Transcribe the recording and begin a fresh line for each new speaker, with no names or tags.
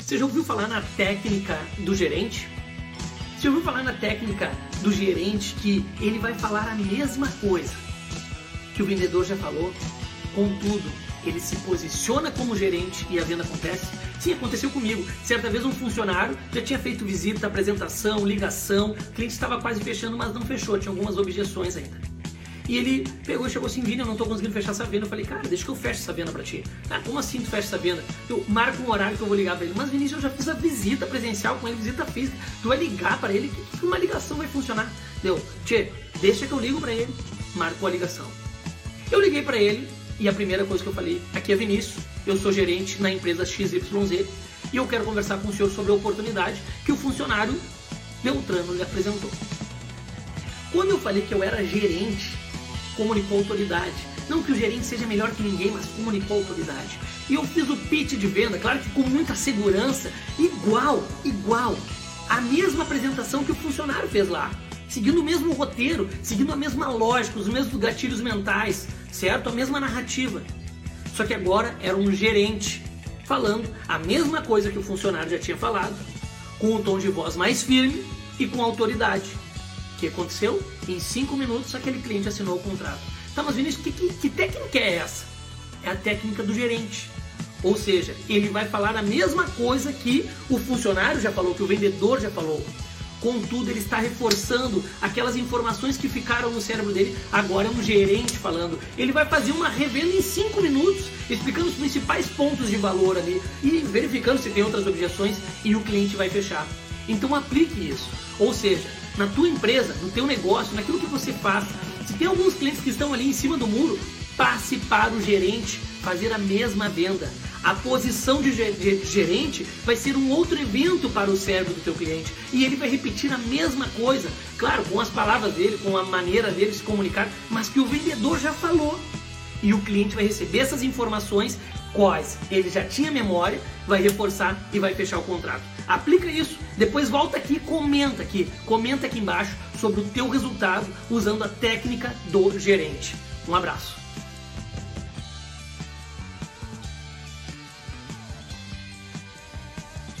Você já ouviu falar na técnica do gerente? Você já ouviu falar na técnica do gerente que ele vai falar a mesma coisa que o vendedor já falou, contudo, ele se posiciona como gerente e a venda acontece? Sim, aconteceu comigo. Certa vez um funcionário já tinha feito visita, apresentação, ligação, o cliente estava quase fechando, mas não fechou, tinha algumas objeções ainda. E ele pegou e chegou assim: Vini, eu não estou conseguindo fechar essa venda. Eu falei: cara, deixa que eu feche essa venda pra ti. Ah, como assim tu fecha essa venda? Eu marco um horário que eu vou ligar pra ele. Mas Vinícius, eu já fiz a visita presencial com ele, visita física. Tu vai ligar pra ele? Que uma ligação vai funcionar? Deu, tchê, deixa que eu ligo pra ele. Marcou a ligação. Eu liguei pra ele e a primeira coisa que eu falei: aqui é Vinícius, eu sou gerente na empresa XYZ e eu quero conversar com o senhor sobre a oportunidade que o funcionário Beltrano lhe apresentou. Quando eu falei que eu era gerente, comunicou autoridade. Não que o gerente seja melhor que ninguém, mas comunicou autoridade. E eu fiz o pitch de venda, claro que com muita segurança, igual, a mesma apresentação que o funcionário fez lá. Seguindo o mesmo roteiro, seguindo a mesma lógica, os mesmos gatilhos mentais, certo? A mesma narrativa. Só que agora era um gerente falando a mesma coisa que o funcionário já tinha falado, com um tom de voz mais firme e com autoridade. O que aconteceu? Em 5 minutos aquele cliente assinou o contrato. Tá, mas Vinícius, que técnica é essa? É a técnica do gerente. Ou seja, ele vai falar a mesma coisa que o funcionário já falou, que o vendedor já falou. Contudo, ele está reforçando aquelas informações que ficaram no cérebro dele. Agora é um gerente falando. Ele vai fazer uma revenda em 5 minutos, explicando os principais pontos de valor ali e verificando se tem outras objeções, e o cliente vai fechar. Então aplique isso. Ou seja, na tua empresa, no teu negócio, naquilo que você faz, se tem alguns clientes que estão ali em cima do muro, passe para o gerente fazer a mesma venda. A posição de gerente vai ser um outro evento para o cérebro do teu cliente e ele vai repetir a mesma coisa, claro, com as palavras dele, com a maneira dele se comunicar, mas que o vendedor já falou. E o cliente vai receber essas informações, quais ele já tinha memória, vai reforçar e vai fechar o contrato. Aplica isso, depois volta aqui, comenta aqui embaixo sobre o teu resultado usando a técnica do gerente. Um abraço.